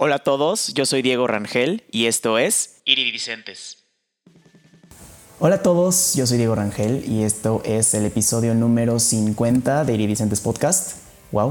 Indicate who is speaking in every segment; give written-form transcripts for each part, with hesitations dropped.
Speaker 1: Hola a todos, yo soy Diego Rangel y esto es Iridicentes.
Speaker 2: Hola a todos, yo soy Diego Rangel y esto es el episodio número 50 de Iridicentes Podcast. ¡Wow!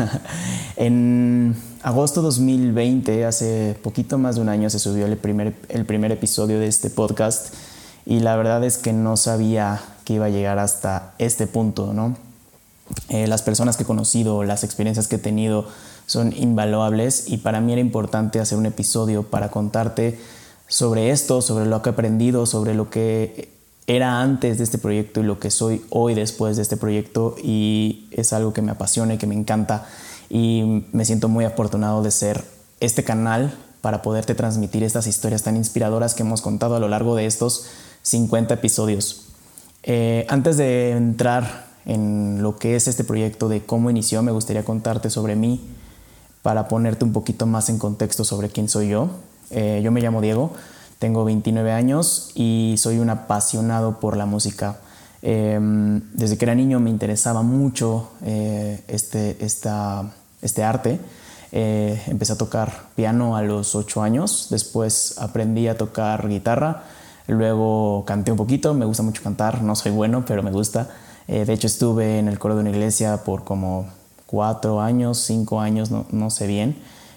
Speaker 2: En agosto 2020, hace poquito más de un año, se subió el primer episodio de este podcast y la verdad es que no sabía que iba a llegar hasta este punto, ¿no? Las personas que he conocido, las experiencias que he tenido son invaluables y para mí era importante hacer un episodio para contarte sobre esto, sobre lo que he aprendido, sobre lo que era antes de este proyecto y lo que soy hoy después de este proyecto, y es algo que me apasiona y que me encanta y me siento muy afortunado de ser este canal para poderte transmitir estas historias tan inspiradoras que hemos contado a lo largo de estos 50 episodios. Antes de entrar en lo que es este proyecto, de cómo inició, me gustaría contarte sobre mí para ponerte un poquito más en contexto sobre quién soy yo. Yo me llamo Diego, tengo 29 años y soy un apasionado por la música. Desde que era niño me interesaba mucho este arte. Empecé a tocar piano a los 8 años, después aprendí a tocar guitarra, luego canté un poquito, me gusta mucho cantar, no soy bueno, pero me gusta. De hecho estuve en el coro de una iglesia por como 4 años, 5 años, no sé bien,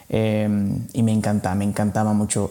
Speaker 2: y me encantaba mucho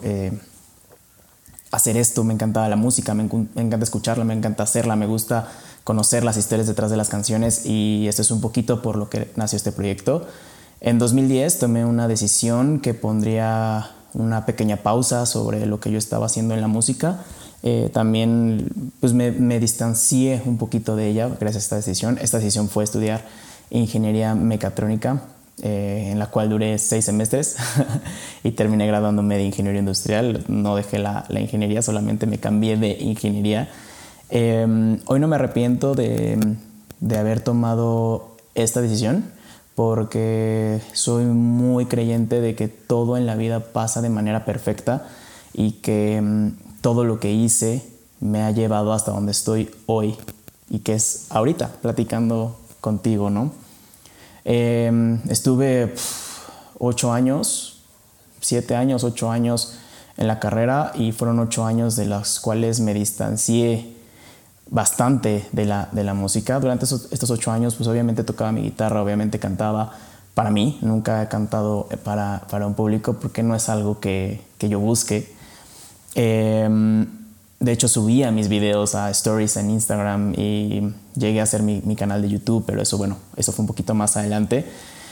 Speaker 2: hacer esto, me encantaba la música, me encanta escucharla, me encanta hacerla, me gusta conocer las historias detrás de las canciones, y esto es un poquito por lo que nació este proyecto. En 2010 tomé una decisión que pondría una pequeña pausa sobre lo que yo estaba haciendo en la música. También pues me distancié un poquito de ella gracias a esta decisión. Esta decisión fue estudiar ingeniería mecatrónica, en la cual duré 6 semestres y terminé graduándome de ingeniería industrial. No dejé la ingeniería, solamente me cambié de ingeniería. Hoy no me arrepiento de haber tomado esta decisión, porque soy muy creyente de que todo en la vida pasa de manera perfecta y que todo lo que hice me ha llevado hasta donde estoy hoy y que es ahorita platicando contigo, ¿no? Estuve 8 años, 7 años, 8 años en la carrera, y fueron 8 años de los cuales me distancié bastante de la música. Durante estos 8 años pues obviamente tocaba mi guitarra, obviamente cantaba para mí, nunca he cantado para un público porque no es algo que yo busque. De hecho subía mis videos a stories en Instagram y llegué a hacer mi canal de YouTube, pero eso fue un poquito más adelante.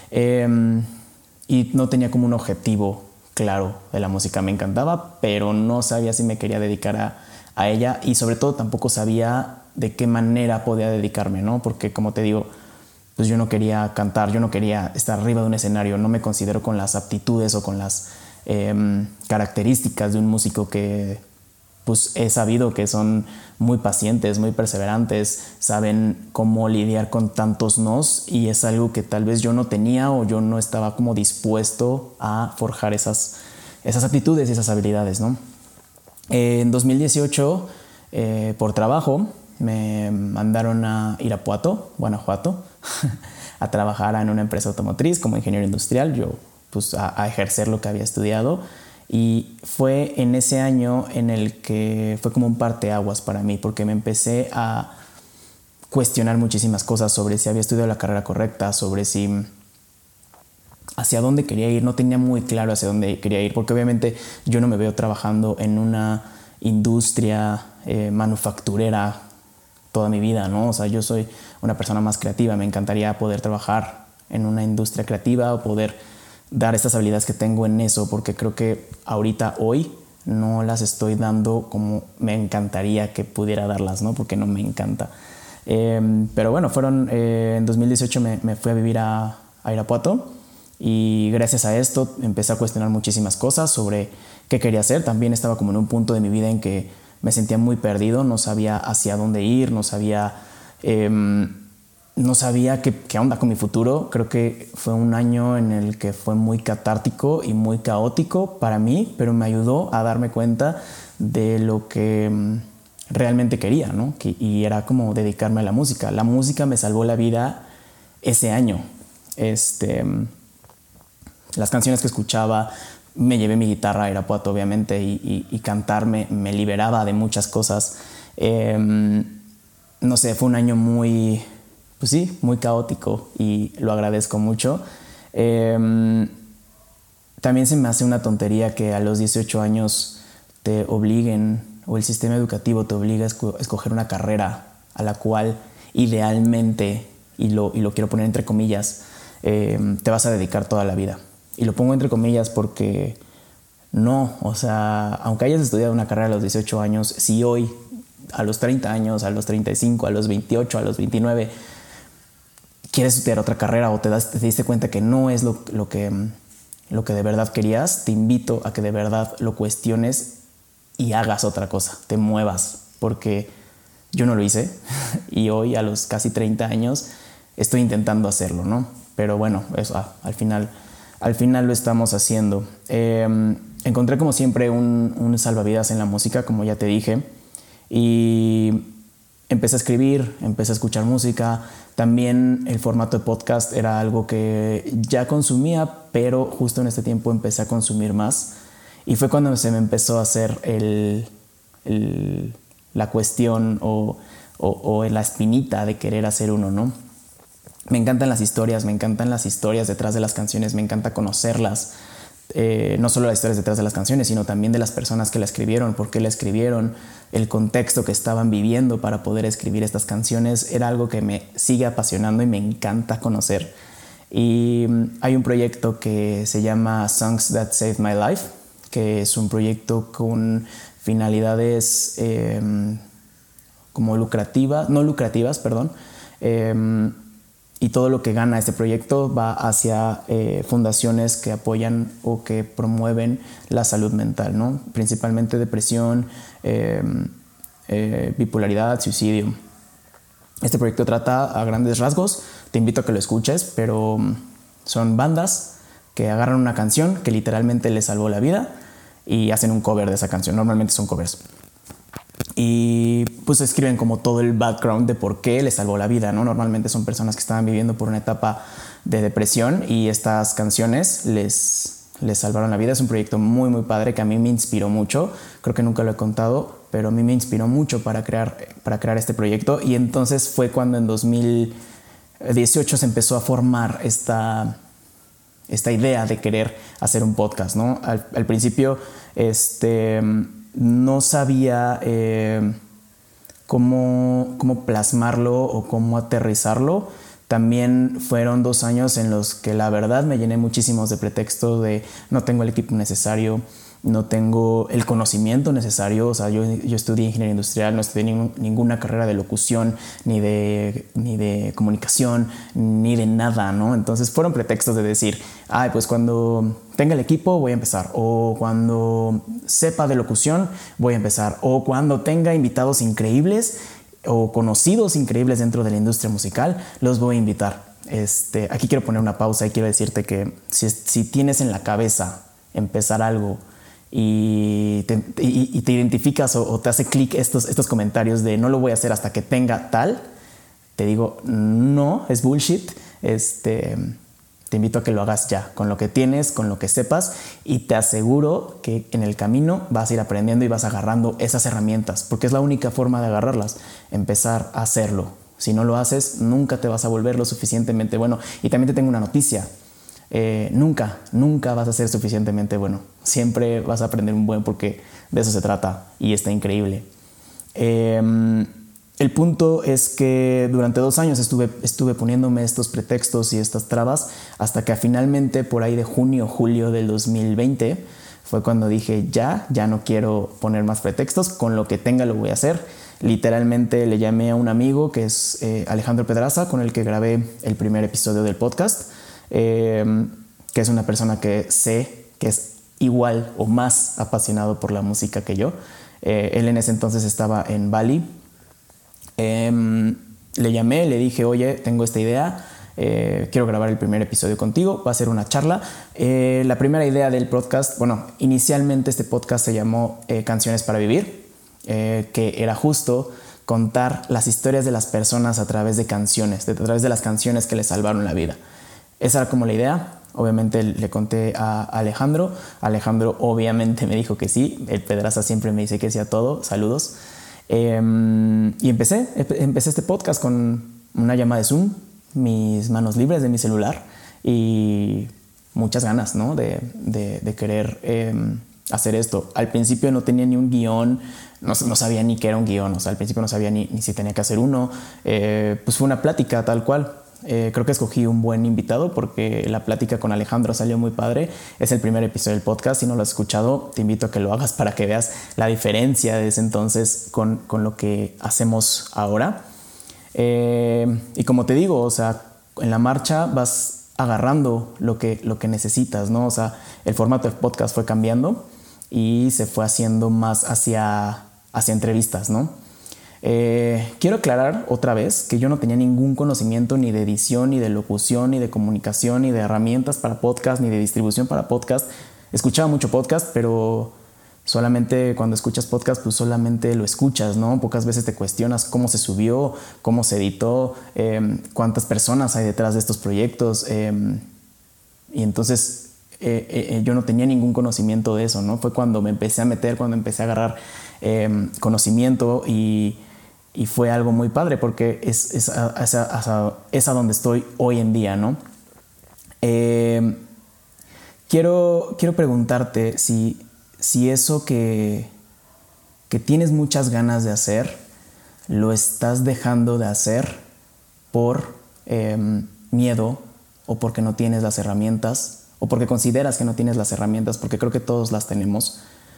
Speaker 2: Y no tenía como un objetivo claro de la música. Me encantaba, pero no sabía si me quería dedicar a ella, y sobre todo tampoco sabía de qué manera podía dedicarme, ¿no? Porque, como te digo, pues yo no quería cantar, yo no quería estar arriba de un escenario, no me considero con las aptitudes o con las características de un músico que pues he sabido que son muy pacientes, muy perseverantes, saben cómo lidiar con tantos nos, y es algo que tal vez yo no tenía, o yo no estaba como dispuesto a forjar esas aptitudes y esas habilidades, ¿no? En 2018, por trabajo, me mandaron a Irapuato, Guanajuato, a trabajar en una empresa automotriz como ingeniero industrial. Yo pues a ejercer lo que había estudiado, y fue en ese año en el que fue como un parteaguas para mí, porque me empecé a cuestionar muchísimas cosas sobre si había estudiado la carrera correcta, sobre si hacia dónde quería ir. No tenía muy claro hacia dónde quería ir, porque obviamente yo no me veo trabajando en una industria manufacturera toda mi vida, ¿no? O sea, yo soy una persona más creativa, me encantaría poder trabajar en una industria creativa o poder dar estas habilidades que tengo en eso, porque creo que hoy no las estoy dando como me encantaría que pudiera darlas, ¿no? Porque no me encanta. Pero bueno, en 2018 me fui a vivir a Irapuato, y gracias a esto empecé a cuestionar muchísimas cosas sobre qué quería hacer. También estaba como en un punto de mi vida en que me sentía muy perdido, no sabía hacia dónde ir, no sabía qué onda con mi futuro. Creo que fue un año en el que fue muy catártico y muy caótico para mí, pero me ayudó a darme cuenta de lo que realmente quería, ¿no? Y era como dedicarme a la música. La música me salvó la vida ese año. Las canciones que escuchaba, me llevé mi guitarra a Irapuato, obviamente, y cantar me liberaba de muchas cosas. No sé, fue un año muy, pues sí, muy caótico y lo agradezco mucho. También se me hace una tontería que a los 18 años te obliguen, o el sistema educativo te obliga a escoger una carrera a la cual idealmente, y lo quiero poner entre comillas, te vas a dedicar toda la vida. Y lo pongo entre comillas porque no, o sea, aunque hayas estudiado una carrera a los 18 años, si hoy, a los 30 años, a los 35, a los 28, a los 29, quieres estudiar otra carrera o te diste cuenta que no es lo que de verdad querías, te invito a que de verdad lo cuestiones y hagas otra cosa, te muevas, porque yo no lo hice y hoy a los casi 30 años estoy intentando hacerlo, ¿no? Pero bueno, eso, al final lo estamos haciendo. Encontré como siempre un salvavidas en la música, como ya te dije, y empecé a escribir, empecé a escuchar música. También el formato de podcast era algo que ya consumía, pero justo en este tiempo empecé a consumir más. Y fue cuando se me empezó a hacer la cuestión o la espinita de querer hacer uno, ¿no? Me encantan las historias detrás de las canciones, me encanta conocerlas. No solo las historias detrás de las canciones, sino también de las personas que la escribieron, por qué la escribieron, el contexto que estaban viviendo para poder escribir estas canciones. Era algo que me sigue apasionando y me encanta conocer. Y hay un proyecto que se llama Songs That Saved My Life, que es un proyecto con finalidades como no lucrativas, perdón. Y todo lo que gana este proyecto va hacia fundaciones que apoyan o que promueven la salud mental, ¿no? Principalmente depresión, bipolaridad, suicidio. Este proyecto trata a grandes rasgos, te invito a que lo escuches, pero son bandas que agarran una canción que literalmente les salvó la vida y hacen un cover de esa canción. Normalmente son covers. Y pues escriben como todo el background de por qué les salvó la vida, ¿no? Normalmente son personas que estaban viviendo por una etapa de depresión y estas canciones les salvaron la vida. Es un proyecto muy muy padre que a mí me inspiró mucho. Creo que nunca lo he contado, pero a mí me inspiró mucho para crear este proyecto. Y entonces fue cuando en 2018 se empezó a formar esta idea de querer hacer un podcast, ¿no? Al principio no sabía cómo plasmarlo o cómo aterrizarlo. También fueron 2 años en los que la verdad me llené muchísimos de pretextos de no tengo el equipo necesario, no tengo el conocimiento necesario. O sea, yo estudié ingeniería industrial, no estudié ninguna carrera de locución, ni de comunicación, ni de nada, ¿no? Entonces fueron pretextos de decir, pues cuando tenga el equipo voy a empezar, o cuando sepa de locución voy a empezar, o cuando tenga invitados increíbles o conocidos increíbles dentro de la industria musical, los voy a invitar. Aquí quiero poner una pausa y quiero decirte que si tienes en la cabeza empezar algo y te identificas o te hace clic estos comentarios de no lo voy a hacer hasta que tenga tal, te digo, no, es bullshit. Te invito a que lo hagas ya, con lo que tienes, con lo que sepas, y te aseguro que en el camino vas a ir aprendiendo y vas agarrando esas herramientas, porque es la única forma de agarrarlas, empezar a hacerlo. Si no lo haces, nunca te vas a volver lo suficientemente bueno. Y también te tengo una noticia. Nunca vas a ser suficientemente bueno. Siempre vas a aprender un buen, porque de eso se trata y está increíble. El punto es que durante 2 años estuve poniéndome estos pretextos y estas trabas hasta que finalmente por ahí de julio del 2020 fue cuando dije ya no quiero poner más pretextos, con lo que tenga lo voy a hacer. Literalmente le llamé a un amigo que es Alejandro Pedraza, con el que grabé el primer episodio del podcast, que es una persona que sé que es igual o más apasionado por la música que yo. Él en ese entonces estaba en Bali. Le llamé, le dije, oye, tengo esta idea, quiero grabar el primer episodio contigo, va a ser una charla. La primera idea del podcast, inicialmente este podcast se llamó Canciones para Vivir, que era justo contar las historias de las personas a través de canciones, a través de las canciones que les salvaron la vida. Esa era como la idea. Obviamente le conté a Alejandro. Alejandro obviamente me dijo que sí. El Pedraza siempre me dice que sí a todo. Saludos. Y empecé este podcast con una llamada de Zoom, mis manos libres de mi celular y muchas ganas, ¿no? de querer hacer esto. Al principio no tenía ni un guión, no sabía ni qué era un guión, o sea, al principio no sabía ni si tenía que hacer uno. Pues fue una plática tal cual. Creo que escogí un buen invitado porque la plática con Alejandro salió muy padre. Es el primer episodio del podcast. Si no lo has escuchado, te invito a que lo hagas para que veas la diferencia de ese entonces con lo que hacemos ahora. Y como te digo, o sea, en la marcha vas agarrando lo que necesitas, ¿no? O sea, el formato del podcast fue cambiando y se fue haciendo más hacia entrevistas, ¿no? Quiero aclarar otra vez que yo no tenía ningún conocimiento ni de edición, ni de locución, ni de comunicación, ni de herramientas para podcast, ni de distribución para podcast. Escuchaba mucho podcast, pero solamente cuando escuchas podcast, pues solamente lo escuchas, ¿no? Pocas veces te cuestionas cómo se subió, cómo se editó, cuántas personas hay detrás de estos proyectos. Y entonces yo no tenía ningún conocimiento de eso, ¿no? Fue cuando me empecé a meter, cuando empecé a agarrar conocimiento y fue algo muy padre porque es a donde estoy hoy en día, ¿no? Quiero preguntarte si eso que tienes muchas ganas de hacer, lo estás dejando de hacer por miedo o porque no tienes las herramientas o porque consideras que no tienes las herramientas, porque creo que todos las tenemos.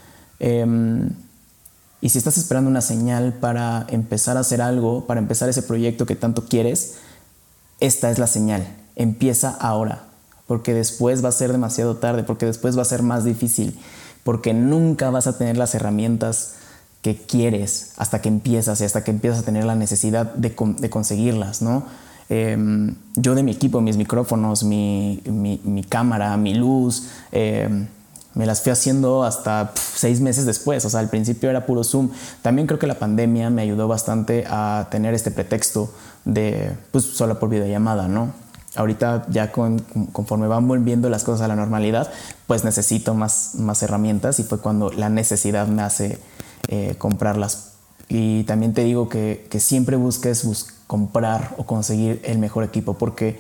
Speaker 2: Y si estás esperando una señal para empezar a hacer algo, para empezar ese proyecto que tanto quieres, esta es la señal. Empieza ahora, porque después va a ser demasiado tarde, porque después va a ser más difícil, porque nunca vas a tener las herramientas que quieres hasta que empiezas y hasta que empiezas a tener la necesidad de conseguirlas, ¿no? Yo de mi equipo, mis micrófonos, mi cámara, mi luz, me las fui haciendo hasta 6 meses después. O sea, al principio era puro Zoom. También creo que la pandemia me ayudó bastante a tener este pretexto de pues solo por videollamada, ¿no? Ahorita ya conforme van volviendo las cosas a la normalidad, pues necesito más herramientas y fue cuando la necesidad me hace comprarlas. Y también te digo que siempre busques comprar o conseguir el mejor equipo porque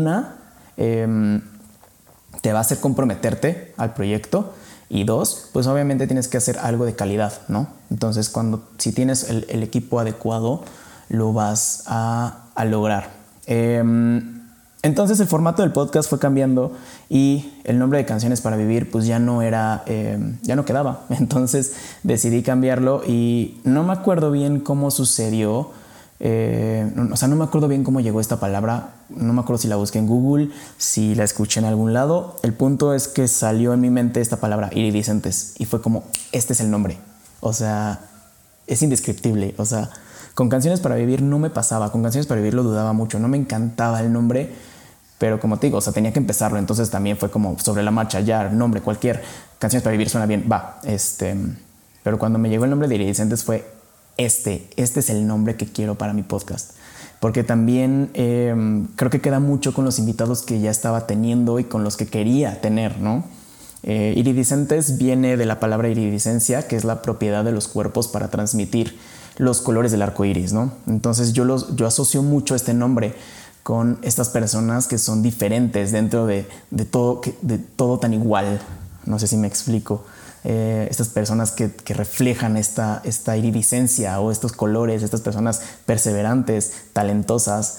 Speaker 2: te va a hacer comprometerte al proyecto y 2, pues obviamente tienes que hacer algo de calidad, ¿no? Entonces si tienes el equipo adecuado lo vas a lograr. Entonces el formato del podcast fue cambiando y el nombre de Canciones para Vivir pues ya no quedaba. Entonces decidí cambiarlo y no me acuerdo bien cómo sucedió. O sea, no me acuerdo bien cómo llegó esta palabra. No me acuerdo si la busqué en Google, si la escuché en algún lado. El punto es que salió en mi mente esta palabra, iridiscentes, y fue como, este es el nombre. O sea, es indescriptible. O sea, con Canciones para Vivir no me pasaba. Con Canciones para Vivir lo dudaba mucho. No me encantaba el nombre, pero como te digo, o sea, tenía que empezarlo. Entonces también fue como sobre la marcha, ya, nombre, cualquier. Canciones para Vivir suena bien, va. Pero cuando me llegó el nombre de iridiscentes fue este es el nombre que quiero para mi podcast. Porque también creo que queda mucho con los invitados que ya estaba teniendo y con los que quería tener, ¿no? Iridiscentes viene de la palabra iridiscencia, que es la propiedad de los cuerpos para transmitir los colores del arco iris, ¿no? Entonces yo asocio mucho este nombre con estas personas que son diferentes dentro de todo tan igual. No sé si me explico. Estas personas que reflejan esta iridiscencia o estos colores, estas personas perseverantes, talentosas,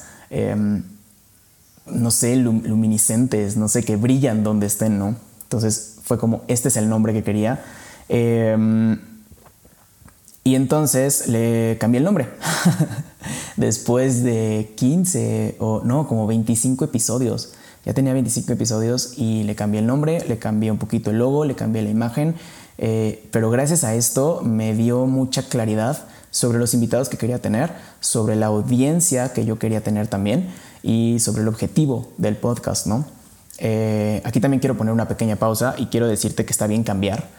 Speaker 2: no sé, luminiscentes, no sé, que brillan donde estén, ¿no? Entonces fue como, este es el nombre que quería. Y entonces le cambié el nombre. Después de 15 o no, como 25 episodios. Ya tenía 25 episodios y le cambié el nombre, le cambié un poquito el logo, le cambié la imagen. Pero gracias a esto me dio mucha claridad sobre los invitados que quería tener, sobre la audiencia que yo quería tener también y sobre el objetivo del podcast, ¿no? Aquí también quiero poner una pequeña pausa y quiero decirte que está bien cambiar.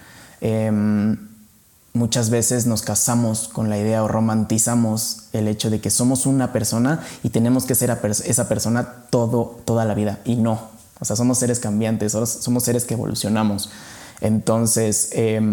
Speaker 2: Muchas veces nos casamos con la idea o romantizamos el hecho de que somos una persona y tenemos que ser esa persona toda la vida. Y no, O sea, somos seres cambiantes, somos seres que evolucionamos. Entonces,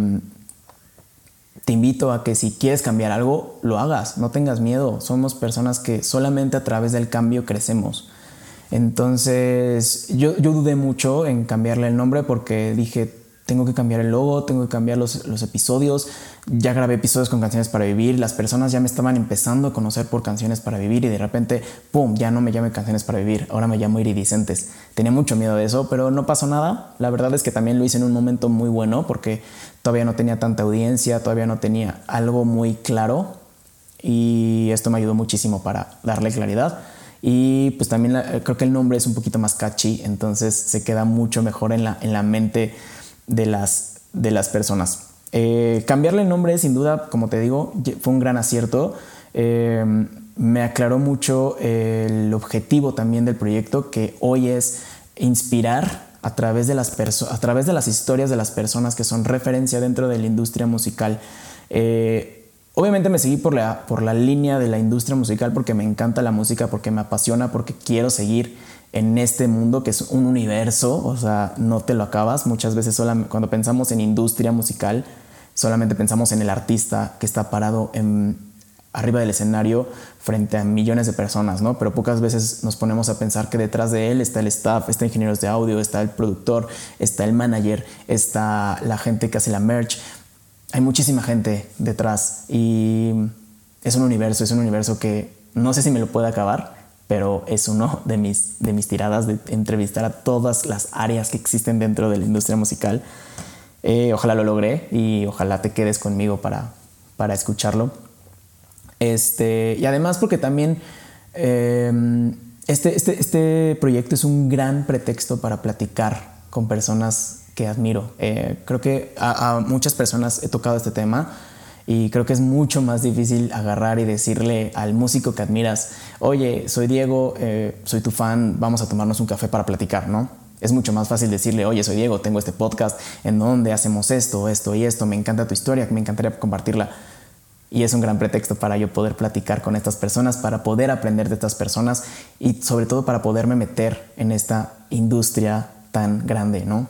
Speaker 2: te invito a que si quieres cambiar algo, lo hagas, no tengas miedo. Somos personas que solamente a través del cambio crecemos. Entonces, yo dudé mucho en cambiarle el nombre porque dije, tengo que cambiar el logo, tengo que cambiar los episodios. Ya grabé episodios con Canciones para Vivir. Las personas ya me estaban empezando a conocer por Canciones para Vivir y de repente, ¡pum!, ya no me llamo Canciones para Vivir, ahora me llamo Iridicentes. Tenía mucho miedo de eso, pero no pasó nada. La verdad es que también lo hice en un momento muy bueno porque todavía no tenía tanta audiencia, todavía no tenía algo muy claro y esto me ayudó muchísimo para darle claridad. Y pues también creo que el nombre es un poquito más catchy, entonces se queda mucho mejor en la mente de las personas. Cambiarle el nombre, sin duda, como te digo, fue un gran acierto. Me aclaró mucho el objetivo también del proyecto, que hoy es inspirar a través de las historias de las personas que son referencia dentro de la industria musical. Obviamente me seguí por la línea de la industria musical porque me encanta la música, porque me apasiona, porque quiero seguir en este mundo que es un universo, o sea, no te lo acabas. Muchas veces cuando pensamos en industria musical, solamente pensamos en el artista que está parado arriba del escenario frente a millones de personas, ¿no? Pero pocas veces nos ponemos a pensar que detrás de él está el staff, está ingenieros de audio, está el productor, está el manager, está la gente que hace la merch. Hay muchísima gente detrás y es un universo que no sé si me lo puedo acabar, pero es uno de mis tiradas de entrevistar a todas las áreas que existen dentro de la industria musical. Ojalá lo logré y ojalá te quedes conmigo para escucharlo. Y además porque también este proyecto es un gran pretexto para platicar con personas que admiro. Creo que a muchas personas he tocado este tema y creo que es mucho más difícil agarrar y decirle al músico que admiras, oye, soy Diego, soy tu fan, vamos a tomarnos un café para platicar, ¿no? Es mucho más fácil decirle, oye, soy Diego, tengo este podcast en donde hacemos esto y esto, me encanta tu historia, me encantaría compartirla. Y es un gran pretexto para yo poder platicar con estas personas, para poder aprender de estas personas y sobre todo para poderme meter en esta industria tan grande, ¿no?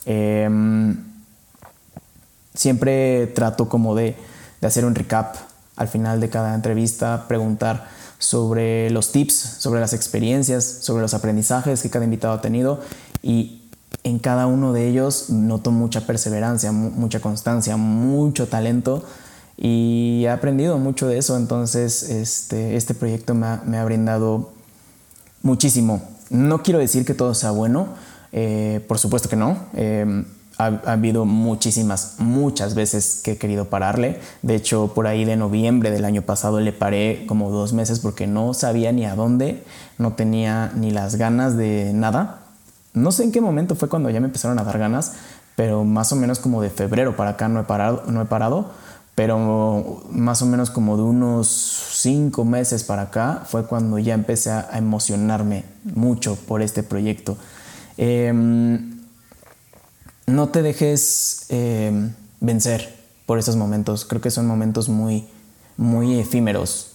Speaker 2: Siempre trato como de hacer un recap al final de cada entrevista, preguntar sobre los tips, sobre las experiencias, sobre los aprendizajes que cada invitado ha tenido y en cada uno de ellos noto mucha perseverancia, mucha constancia, mucho talento y he aprendido mucho de eso. Entonces este proyecto me ha brindado muchísimo. No quiero decir que todo sea bueno, por supuesto que no. Ha habido muchas veces que he querido pararle. De hecho, por ahí de noviembre del año pasado le paré como 2 meses porque no sabía ni a dónde, no tenía ni las ganas de nada. No sé en qué momento fue cuando ya me empezaron a dar ganas, pero más o menos como de febrero para acá no he parado, pero más o menos como de unos 5 meses para acá fue cuando ya empecé a emocionarme mucho por este proyecto. No te dejes vencer por esos momentos. Creo que son momentos muy, muy efímeros.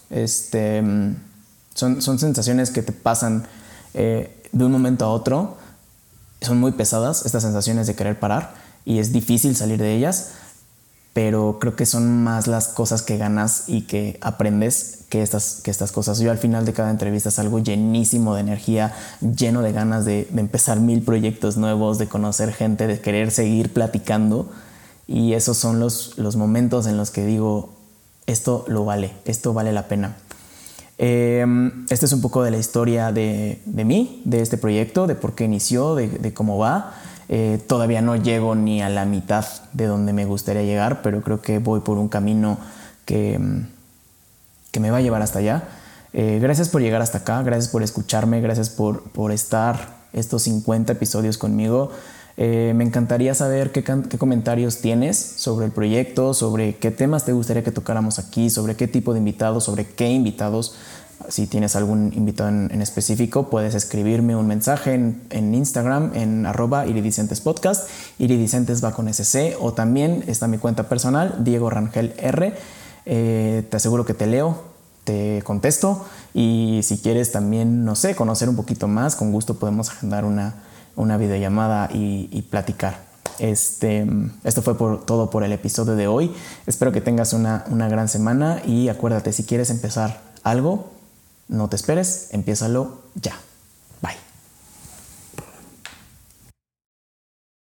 Speaker 2: Son sensaciones que te pasan de un momento a otro. Son muy pesadas estas sensaciones de querer parar y es difícil salir de ellas, pero creo que son más las cosas que ganas y que aprendes que estas cosas. Yo al final de cada entrevista salgo llenísimo de energía, lleno de ganas de empezar 1000 proyectos nuevos, de conocer gente, de querer seguir platicando y esos son los momentos en los que digo, esto vale la pena. Este es un poco de la historia de mí, de este proyecto, de por qué inició, de cómo va. Todavía no llego ni a la mitad de donde me gustaría llegar, pero creo que voy por un camino que me va a llevar hasta allá. Gracias por llegar hasta acá, gracias por escucharme, gracias por estar estos 50 episodios conmigo. Me encantaría saber qué comentarios tienes sobre el proyecto, sobre qué temas te gustaría que tocáramos aquí, sobre qué tipo de invitados, sobre qué invitados. Si tienes algún invitado en específico, puedes escribirme un mensaje en Instagram en @iridicentespodcast. Iridicentes va con SC, o también está mi cuenta personal, Diego Rangel R. Te aseguro que te leo, te contesto y si quieres también, no sé, conocer un poquito más, con gusto podemos agendar una una videollamada y platicar. Esto fue todo por el episodio de hoy. Espero que tengas una gran semana y acuérdate, si quieres empezar algo, no te esperes, empiézalo ya.